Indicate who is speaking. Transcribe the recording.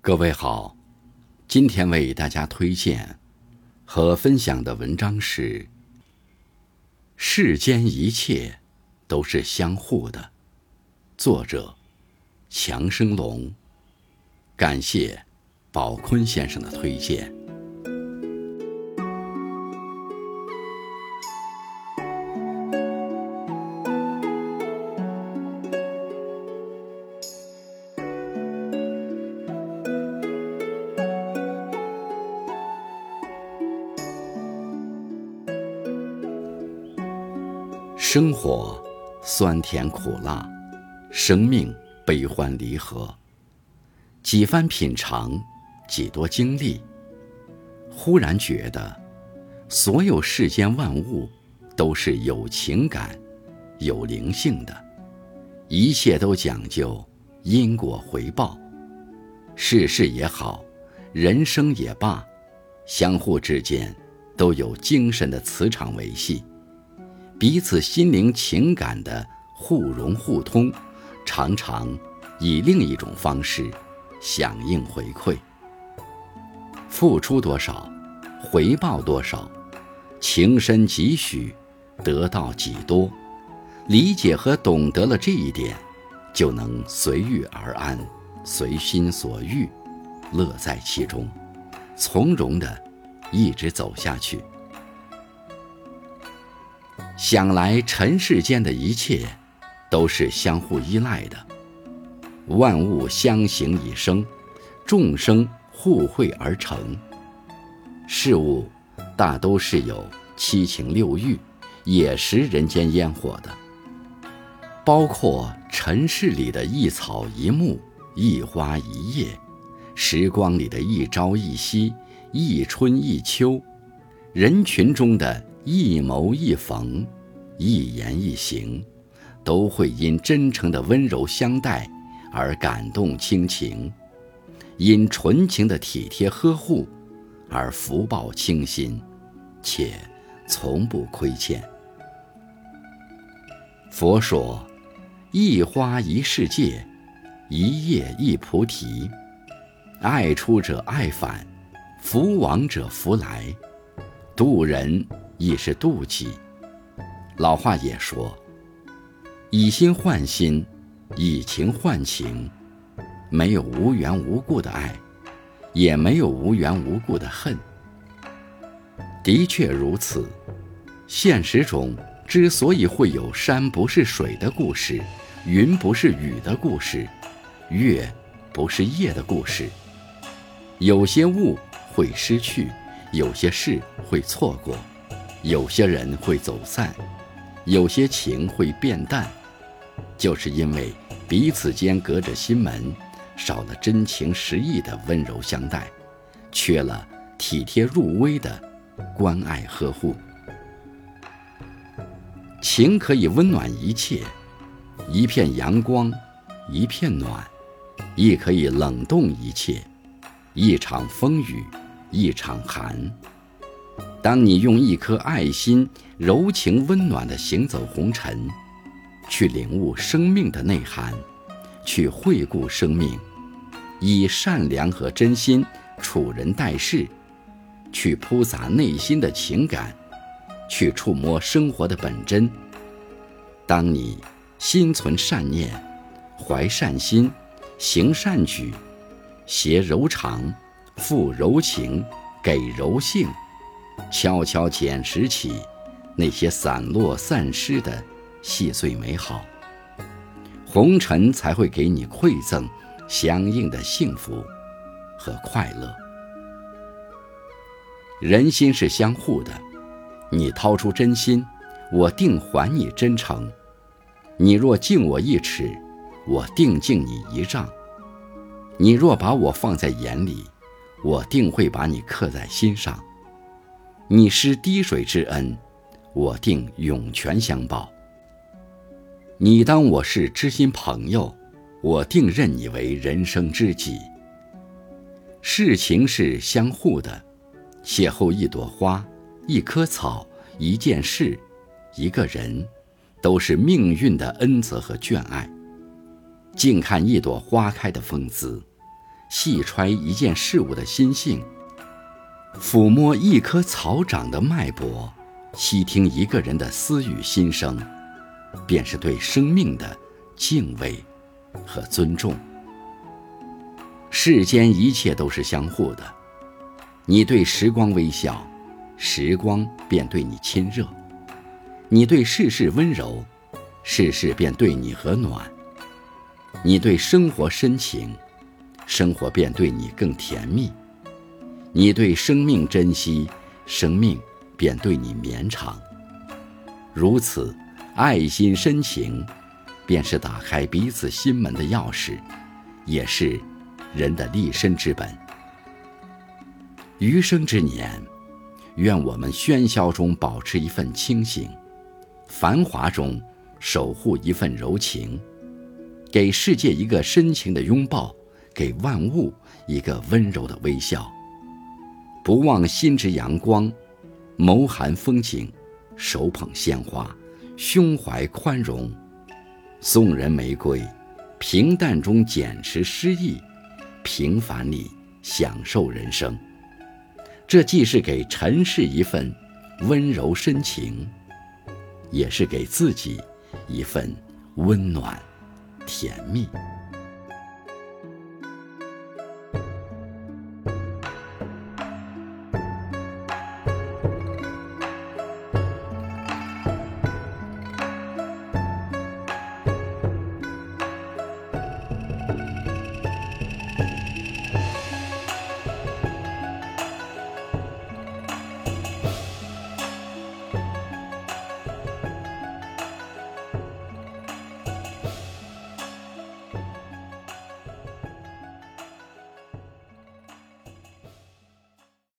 Speaker 1: 各位好，今天为大家推荐和分享的文章是世间一切都是相互的，作者强生龙。感谢宝坤先生的推荐。生活酸甜苦辣，生命悲欢离合，几番品尝，几多经历，忽然觉得所有世间万物都是有情感有灵性的，一切都讲究因果回报，世事也好，人生也罢，相互之间都有精神的磁场维系，彼此心灵情感的互融互通，常常以另一种方式响应回馈。付出多少，回报多少，情深几许，得到几多。理解和懂得了这一点，就能随遇而安，随心所欲，乐在其中，从容地一直走下去。想来尘世间的一切都是相互依赖的，万物相形以生，众生互惠而成。事物大都是有七情六欲，也食人间烟火的，包括尘世里的一草一木，一花一叶，时光里的一朝一夕，一春一秋，人群中的一眸一逢，一言一行，都会因真诚的温柔相待而感动亲情，因纯情的体贴呵护而福报清心，且从不亏欠。佛说，一花一世界，一叶一菩提，爱出者爱返，福往者福来，渡人亦是渡己。老话也说，以心换心，以情换情，没有无缘无故的爱，也没有无缘无故的恨。的确如此，现实中之所以会有山不是水的故事，云不是雨的故事，月不是夜的故事，有些物会失去，有些事会错过，有些人会走散，有些情会变淡，就是因为彼此间隔着心门，少了真情实意的温柔相待，缺了体贴入微的关爱呵护。情可以温暖一切，一片阳光，一片暖，亦可以冷冻一切，一场风雨，一场寒。当你用一颗爱心柔情温暖地行走红尘，去领悟生命的内涵，去惠顾生命，以善良和真心处人待事，去铺洒内心的情感，去触摸生活的本真。当你心存善念，怀善心，行善举，携柔肠，付柔情，给柔性，悄悄捡拾起那些散落散失的细碎美好，红尘才会给你馈赠相应的幸福和快乐。人心是相互的，你掏出真心，我定还你真诚；你若敬我一尺，我定敬你一丈；你若把我放在眼里，我定会把你刻在心上。你施滴水之恩，我定涌泉相报；你当我是知心朋友，我定认你为人生知己。事情是相互的，邂逅一朵花，一棵草，一件事，一个人，都是命运的恩泽和眷爱。静看一朵花开的风姿， 细揣一件事物的心性，抚摸一棵草长的脉搏，细听一个人的私语心声，便是对生命的敬畏和尊重。世间一切都是相互的，你对时光微笑，时光便对你亲热；你对世事温柔，世事便对你和暖；你对生活深情，生活便对你更甜蜜；你对生命珍惜，生命便对你绵长。如此，爱心深情，便是打开彼此心门的钥匙，也是人的立身之本。余生之年，愿我们喧嚣中保持一份清醒，繁华中守护一份柔情，给世界一个深情的拥抱，给万物一个温柔的微笑。不忘心之阳光，眸含风景，手捧鲜花，胸怀宽容，送人玫瑰，平淡中捡拾诗意，平凡里享受人生。这既是给尘世一份温柔深情，也是给自己一份温暖甜蜜。